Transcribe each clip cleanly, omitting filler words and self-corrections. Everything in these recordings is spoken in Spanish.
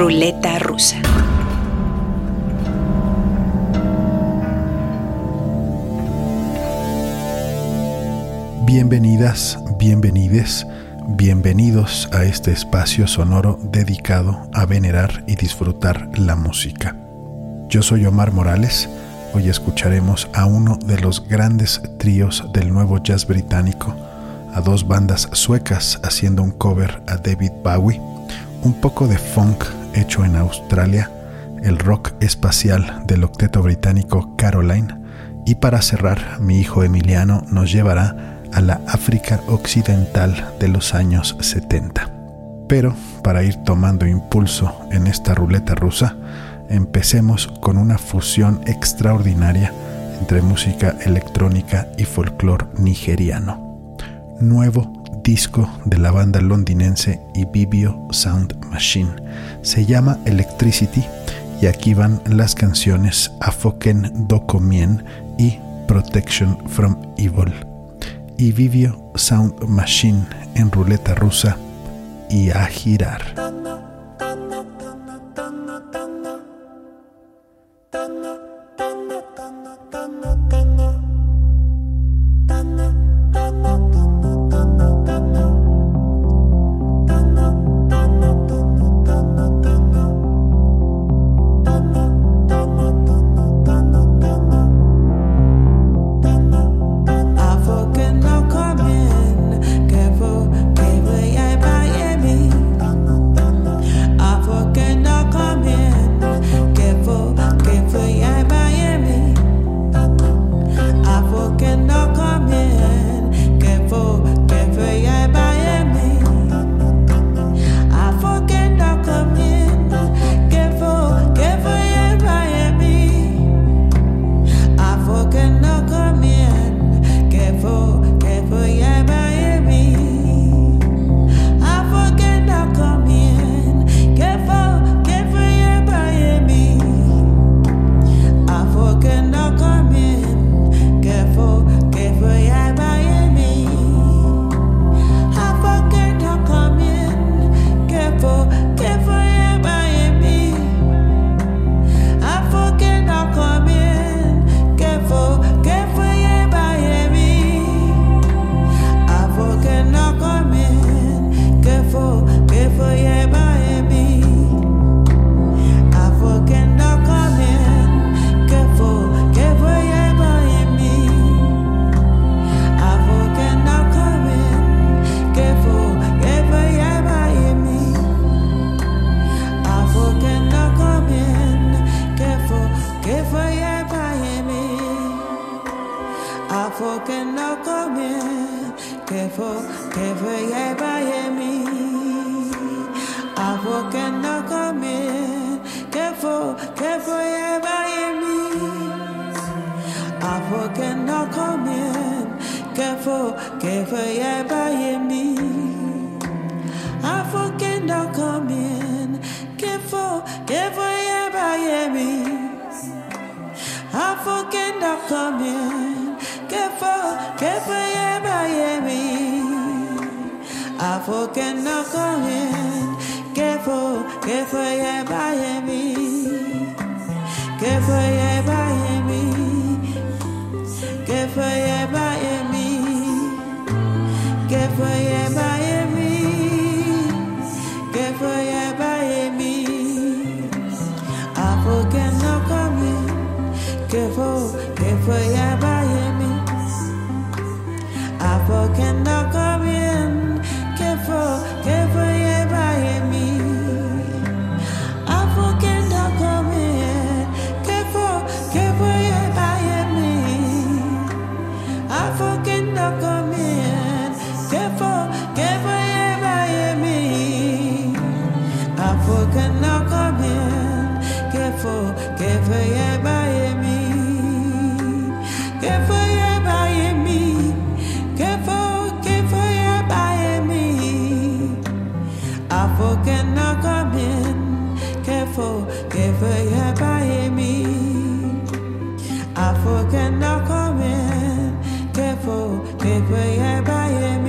Ruleta rusa. Bienvenidas, bienvenides, bienvenidos a este espacio sonoro dedicado a venerar y disfrutar la música. Yo soy Omar Morales. Hoy escucharemos a uno de los grandes tríos del nuevo jazz británico, a dos bandas suecas haciendo un cover a David Bowie, un poco de funk hecho en Australia, el rock espacial del octeto británico Caroline, y para cerrar, mi hijo Emiliano nos llevará a la África occidental de los años 70. Pero para ir tomando impulso en esta ruleta rusa, empecemos con una fusión extraordinaria entre música electrónica y folclore nigeriano. Nuevo disco de la banda londinense Ibibio Sound Machine. Se llama Electricity y aquí van las canciones Afoken Dokomien y Protection from Evil. Ibibio Sound Machine en ruleta rusa y a girar.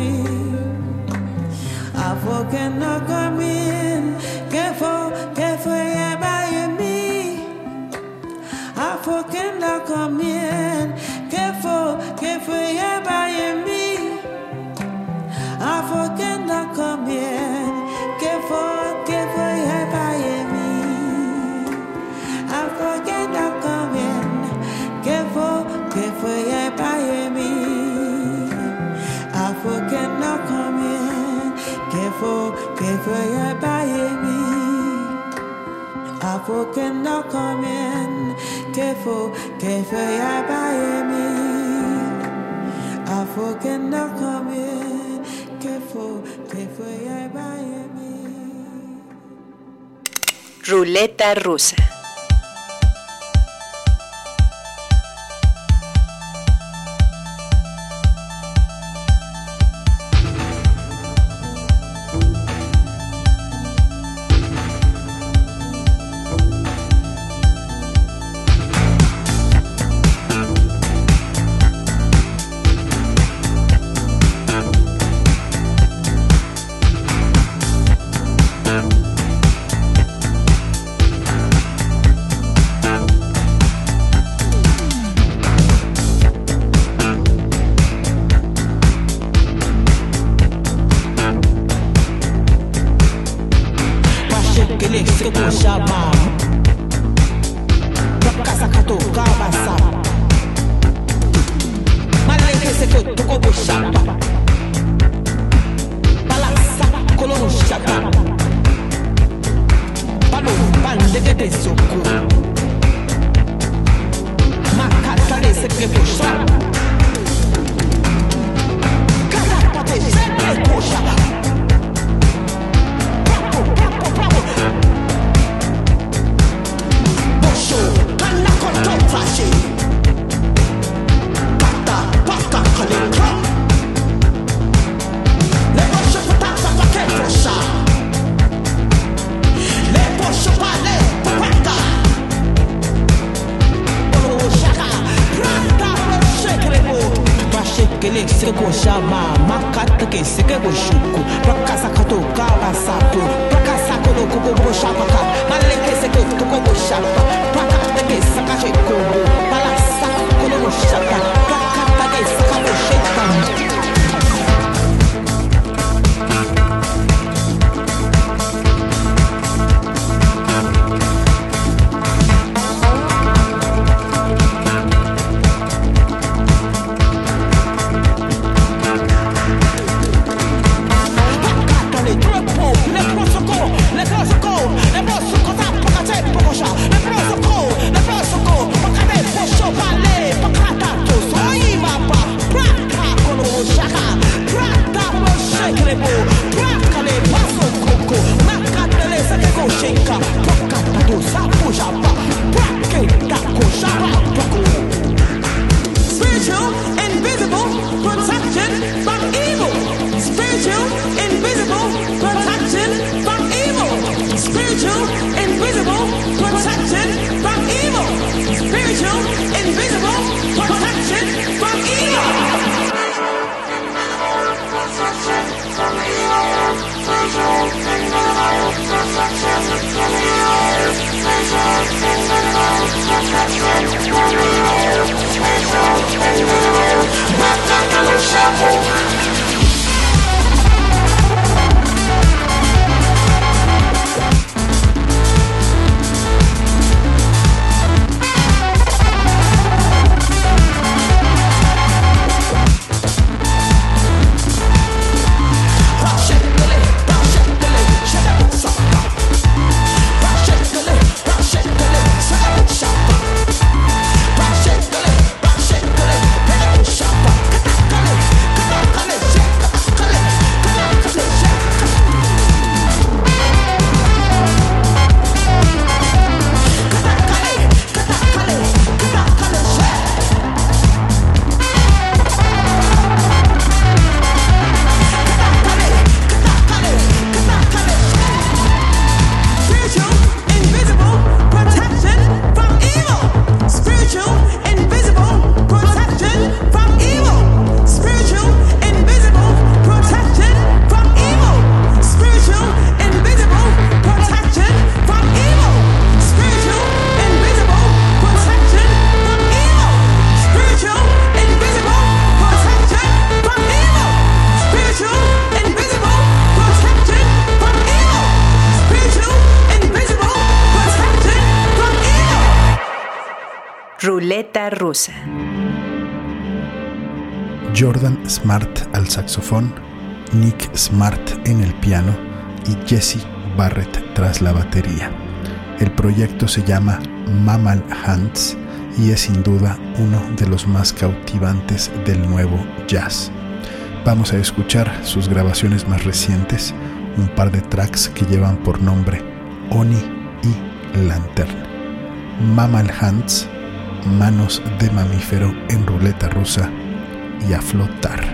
Careful, careful. que fue ya para mí. A fo que no comien, que fue ya para mí. A fo que no comien, que fue ya para mí. Ruleta rusa. Ruleta rusa. Jordan Smart al saxofón Nick Smart en el piano y Jesse Barrett tras la batería. El proyecto se llama Mammal Hands y es sin duda uno de los más cautivantes del nuevo jazz. Vamos a escuchar sus grabaciones más recientes, un par de tracks que llevan por nombre Oni y Lantern. Mammal Hands, manos de mamífero en ruleta rusa y a flotar.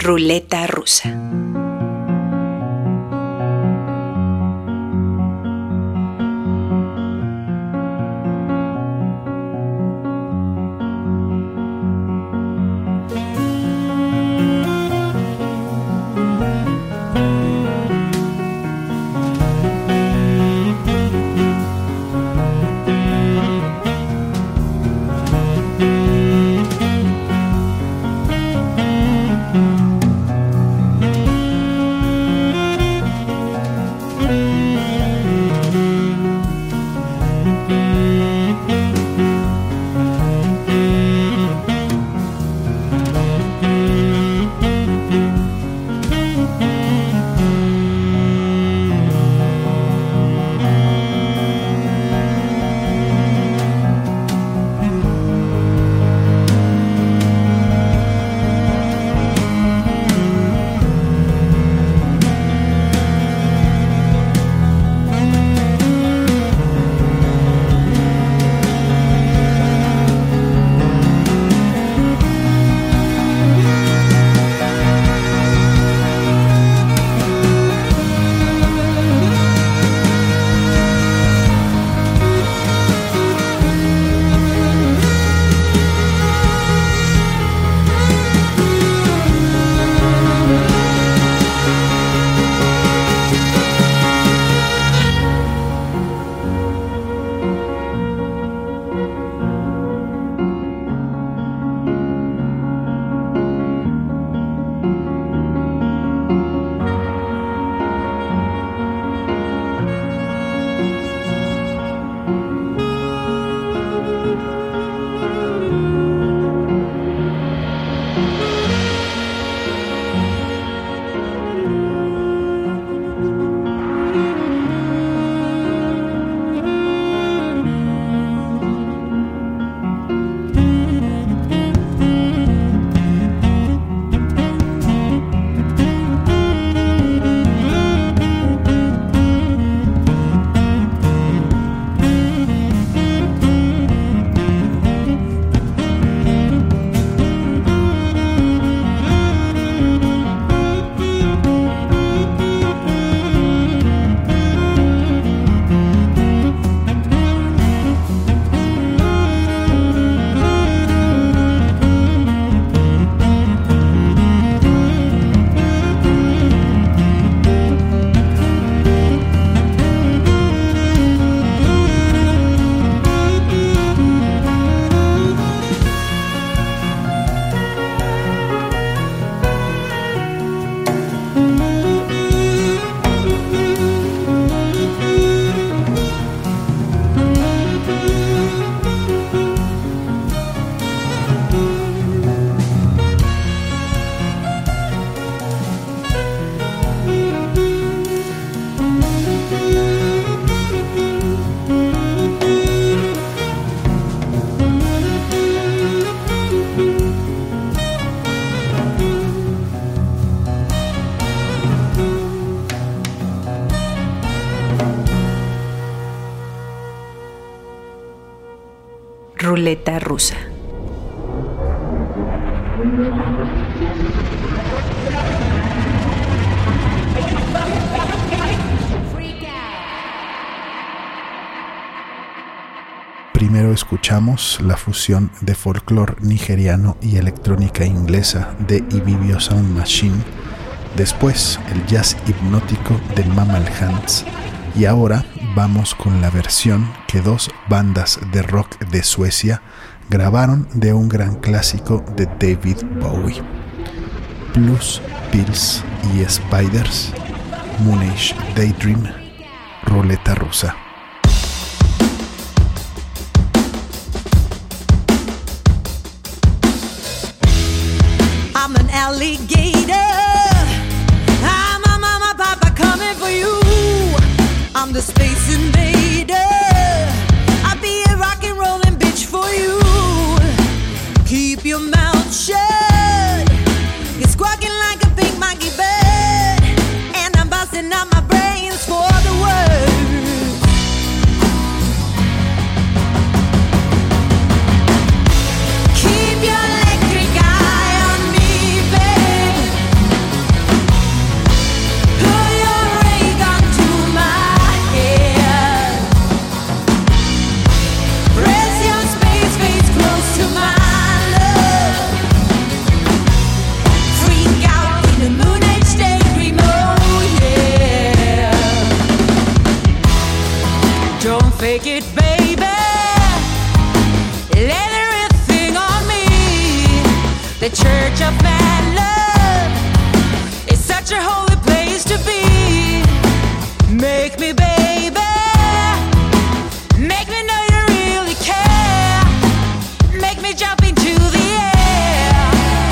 Ruleta rusa. Ruleta rusa. Primero escuchamos la fusión de folclore nigeriano y electrónica inglesa de Ibibio Sound Machine, después el jazz hipnótico de Mammal Hands, y ahora vamos con la versión que dos bandas de rock de Suecia grabaron de un gran clásico de David Bowie. Blues, Pills y Spiders, Moonish Daydream, Ruleta rusa. I'm an alligator. I'm a mama, papa coming for you. I'm the space invader. I'll be a rock and rollin' bitch for you. Keep your mouth shut. You're squawking like a big monkey bird, and I'm busting out my brains for the words. Keep your electric eye on me, babe. Take it, baby. Lay everything on me. The church of man love is such a holy place to be. Make me, baby. Make me know you really care. Make me jump into the air.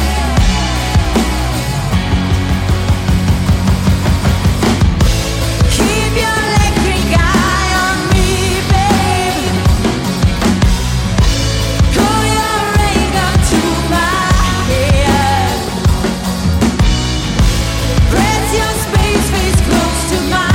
Keep your electric eye on me, babe. Pull your ray gun to my head. Press your space face close to my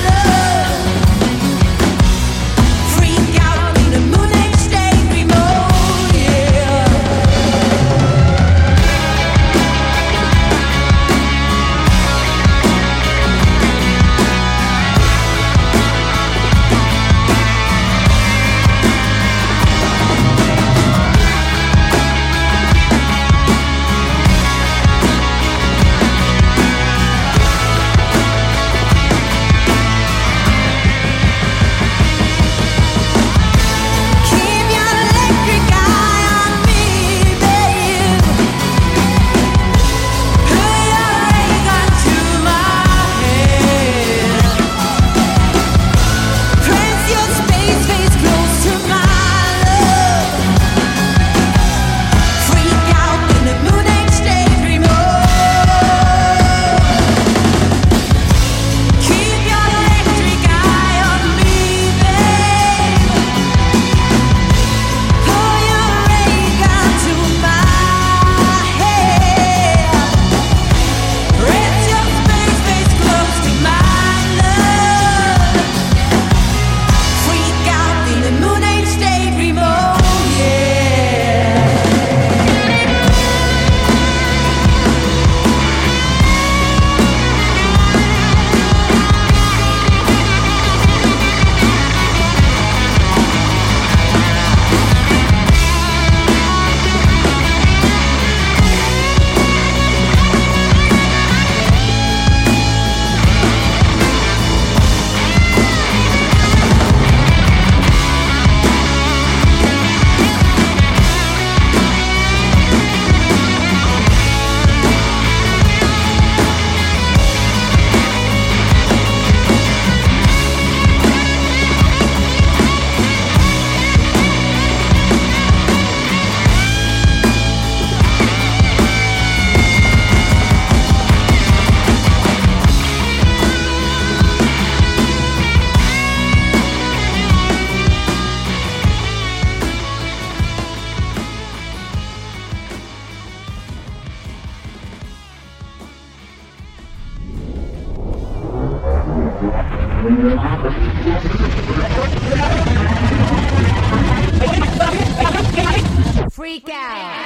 Freak out.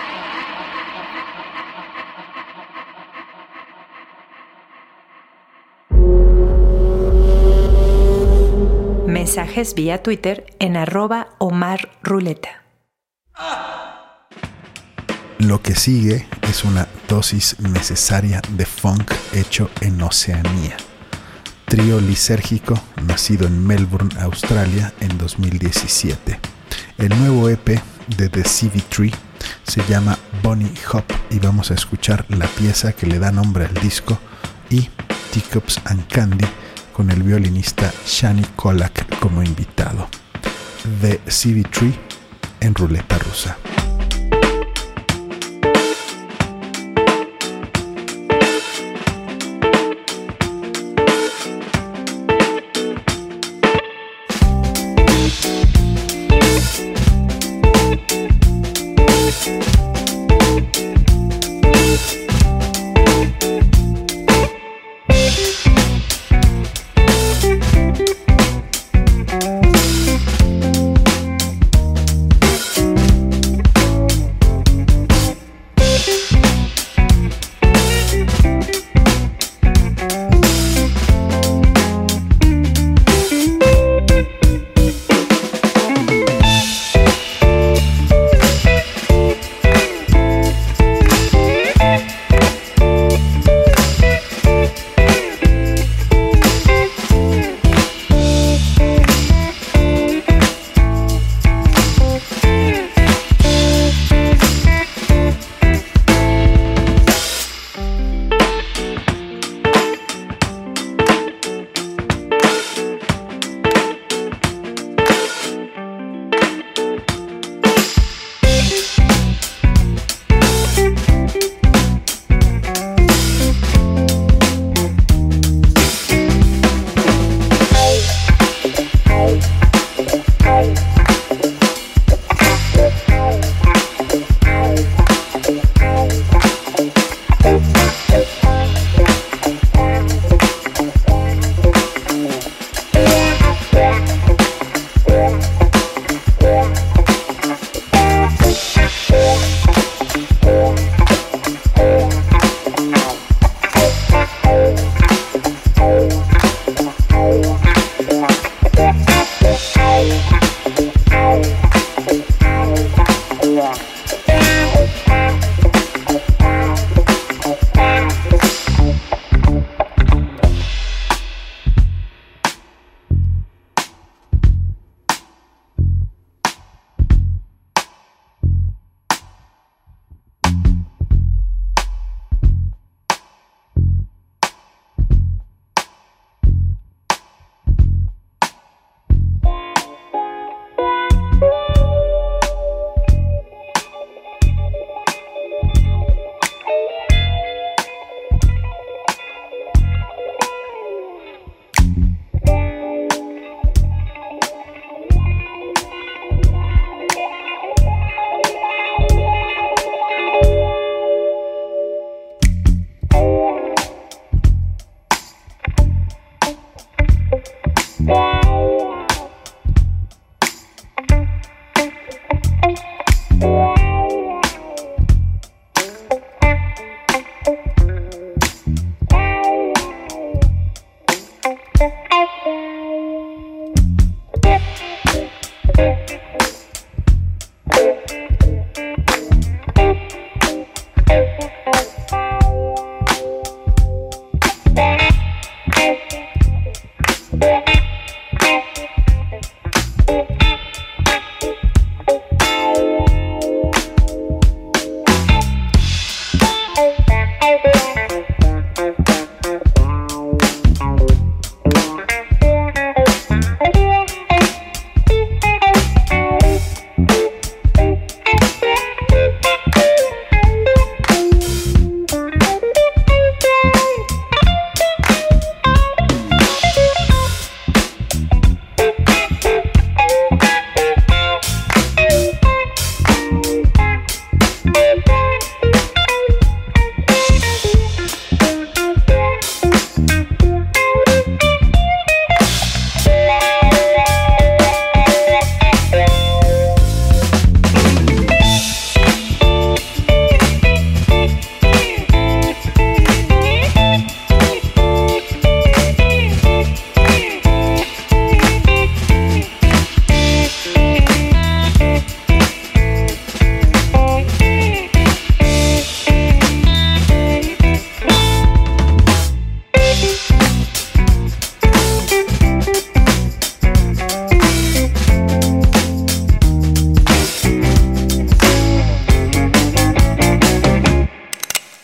Mensajes vía Twitter en @OmarRuleta. Lo que sigue es una dosis necesaria de funk hecho en Oceanía. Trío lisérgico nacido en Melbourne, Australia, en 2017. El nuevo EP de The CV3 se llama Bunny Hop y vamos a escuchar la pieza que le da nombre al disco y Teacups and Candy con el violinista Shani Kolak como invitado. The CV3 en Ruleta Rusa.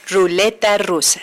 Ruleta rusa.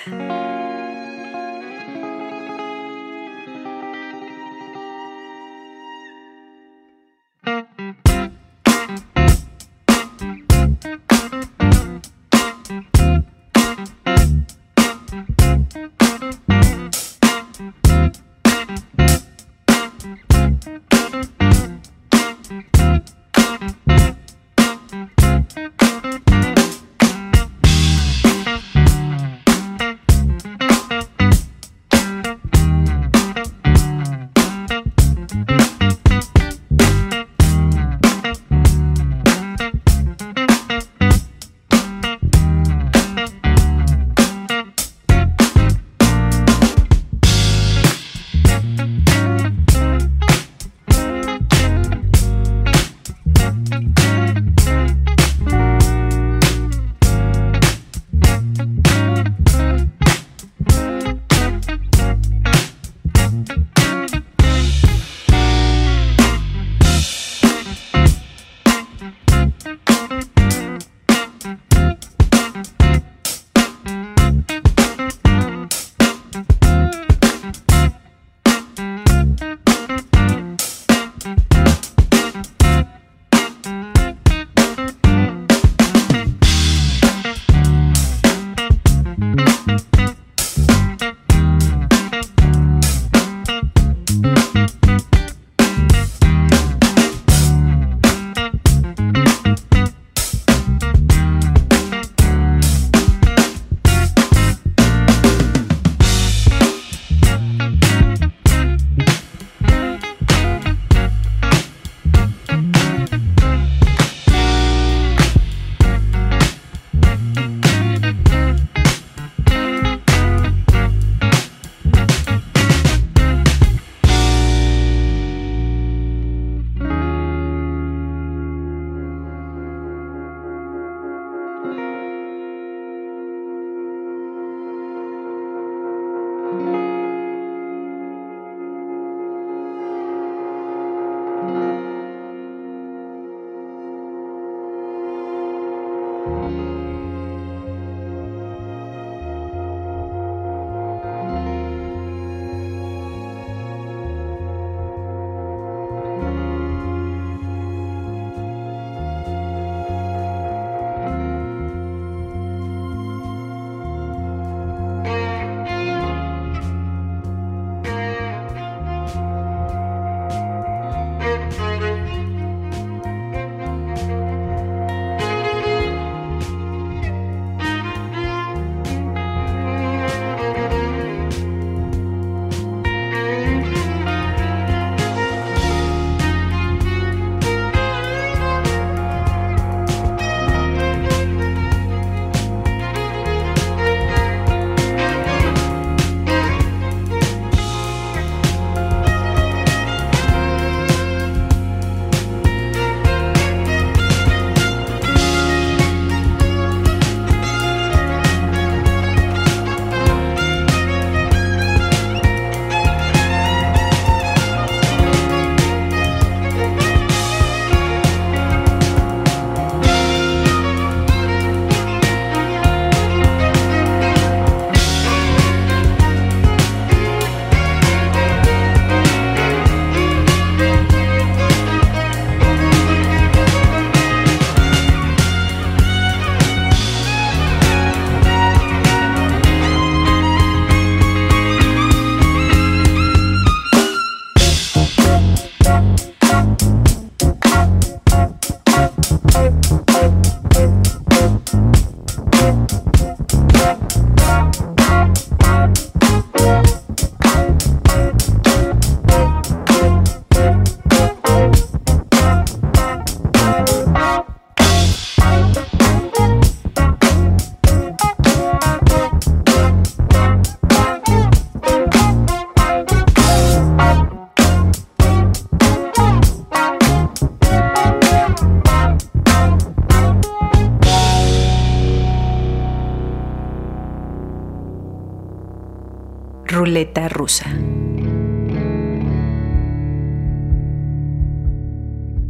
Ruleta rusa.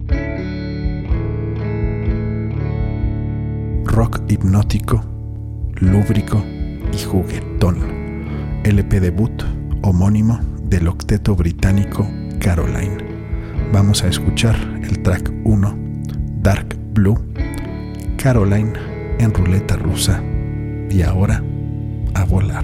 Rock hipnótico lúbrico y juguetón, LP debut homónimo del octeto británico Caroline. Vamos a escuchar el track 1, Dark Blue, Caroline en ruleta rusa, y ahora a volar.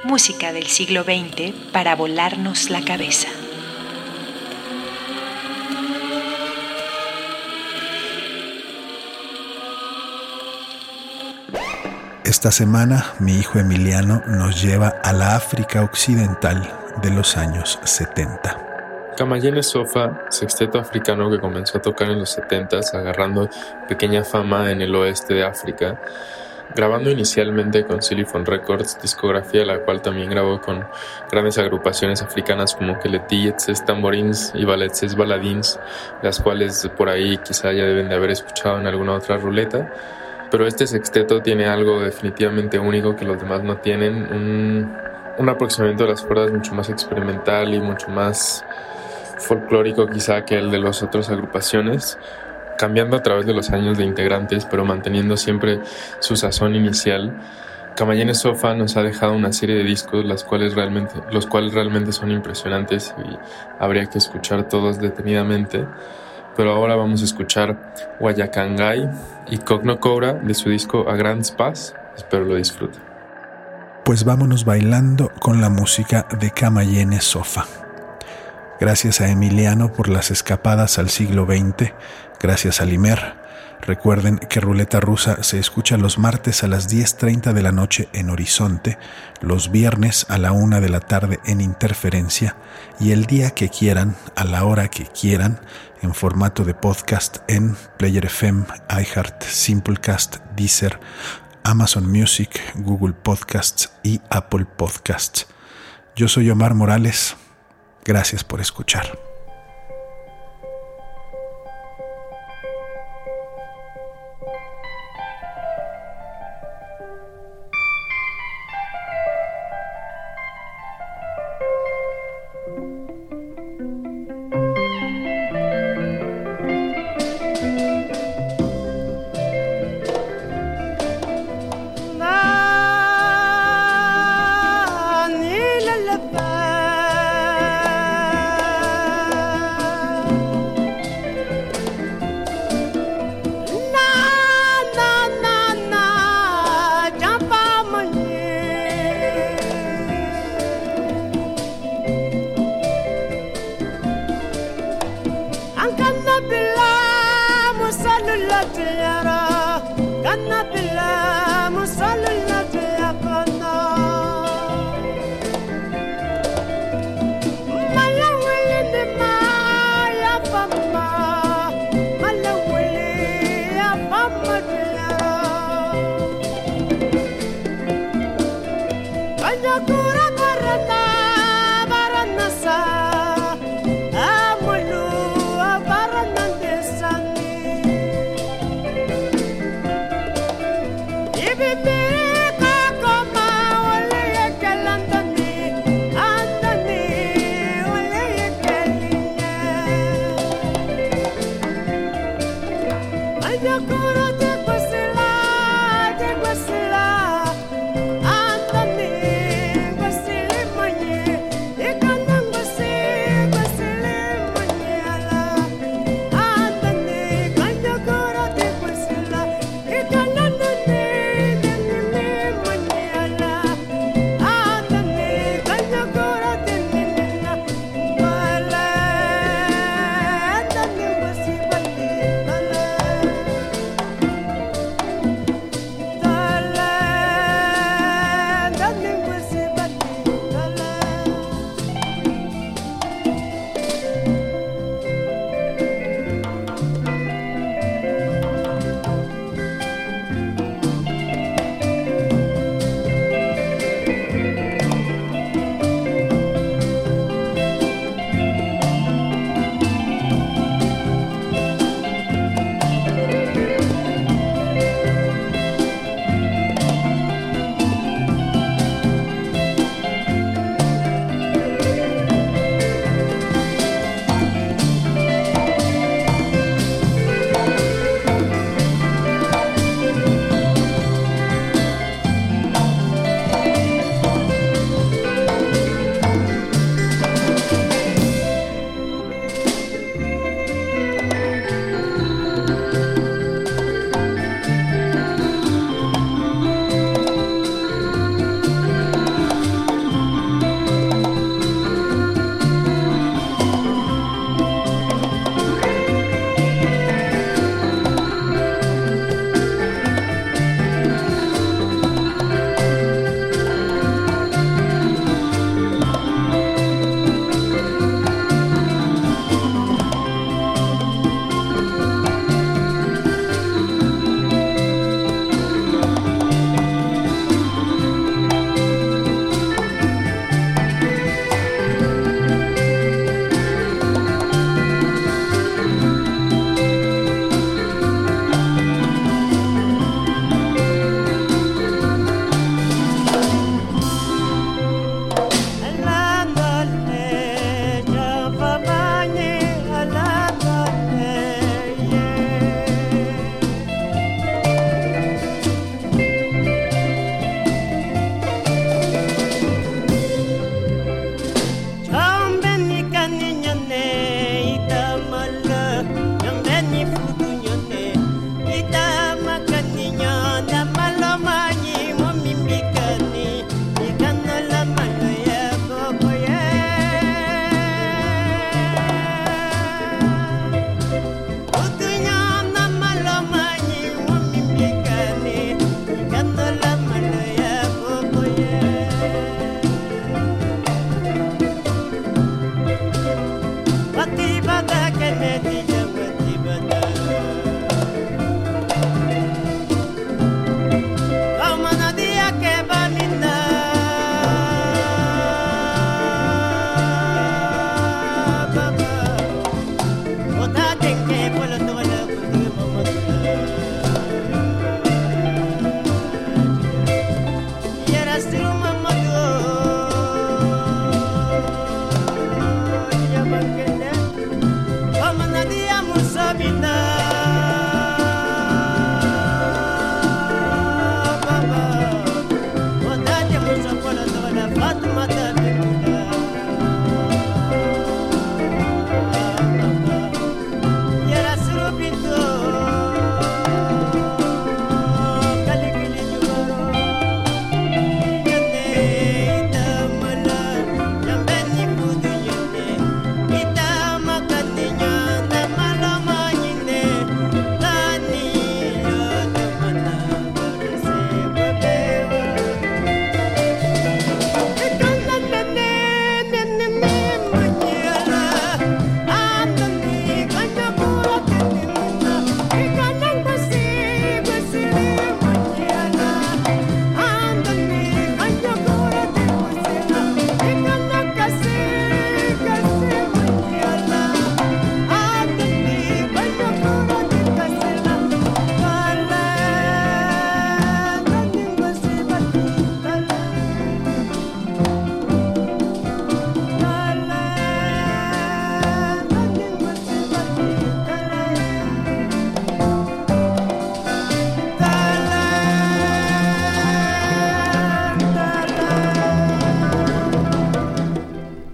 Música del siglo XX para volarnos la cabeza. Esta semana mi hijo Emiliano nos lleva a la África occidental de los años 70. Kamayene Sofa, sexteto africano que comenzó a tocar en los 70s, agarrando pequeña fama en el oeste de África, grabando inicialmente con Xylophone Records, discografía la cual también grabó con grandes agrupaciones africanas como Keletiyetes Tamborins y Baletzes Baladins, las cuales por ahí quizá ya deben de haber escuchado en alguna otra ruleta. Pero este sexteto tiene algo definitivamente único que los demás no tienen, un aproximamiento de las cuerdas mucho más experimental y mucho más folclórico quizá que el de las otras agrupaciones, cambiando a través de los años de integrantes, pero manteniendo siempre su sazón inicial. Kamayene Sofa nos ha dejado una serie de discos los cuales realmente son impresionantes y habría que escuchar todos detenidamente. Pero ahora vamos a escuchar Guayacangai y Cogno Cobra de su disco A Grand Space. Espero lo disfruten. Pues vámonos bailando con la música de Kamayene Sofa. Gracias a Emiliano por las escapadas al siglo XX, gracias a Limer. Recuerden que Ruleta Rusa se escucha los martes a las 10:30 de la noche en Horizonte, los viernes a la 1 de la tarde en Interferencia y el día que quieran, a la hora que quieran, en formato de podcast en Player FM, iHeart, Simplecast, Deezer, Amazon Music, Google Podcasts y Apple Podcasts. Yo soy Omar Morales. Gracias por escuchar.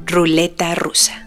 Ruleta rusa.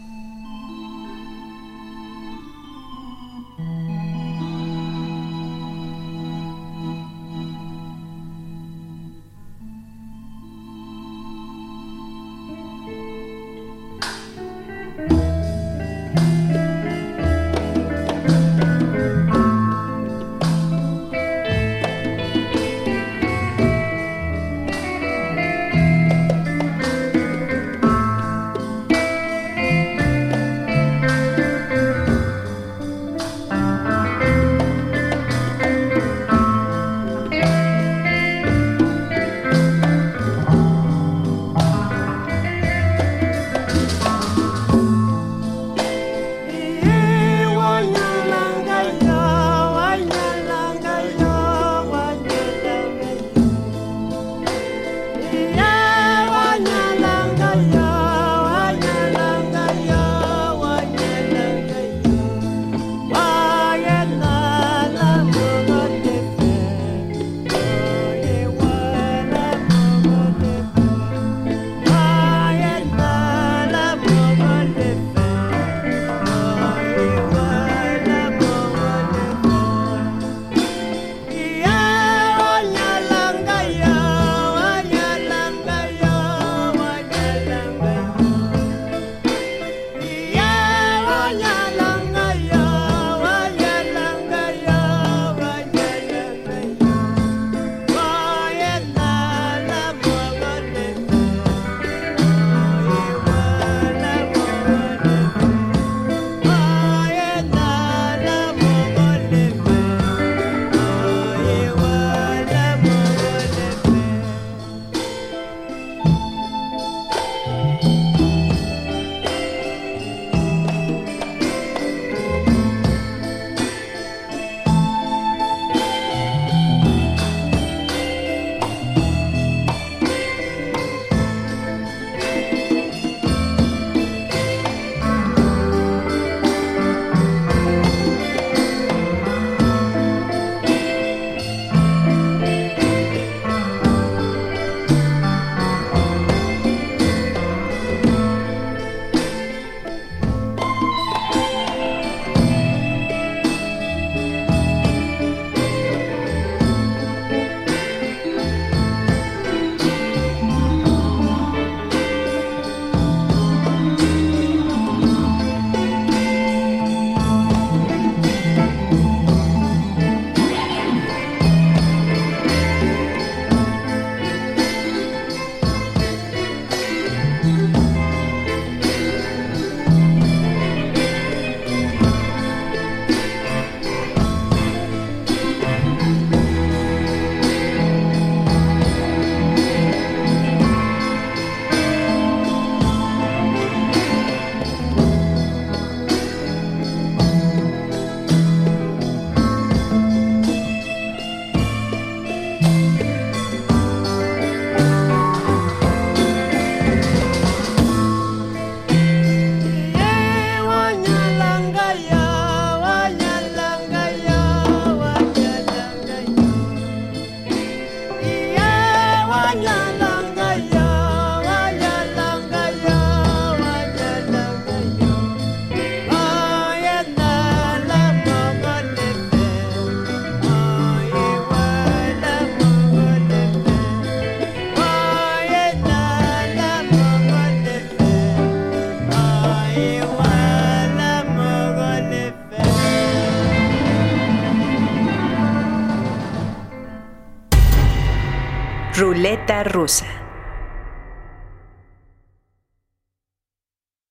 Ruleta rusa.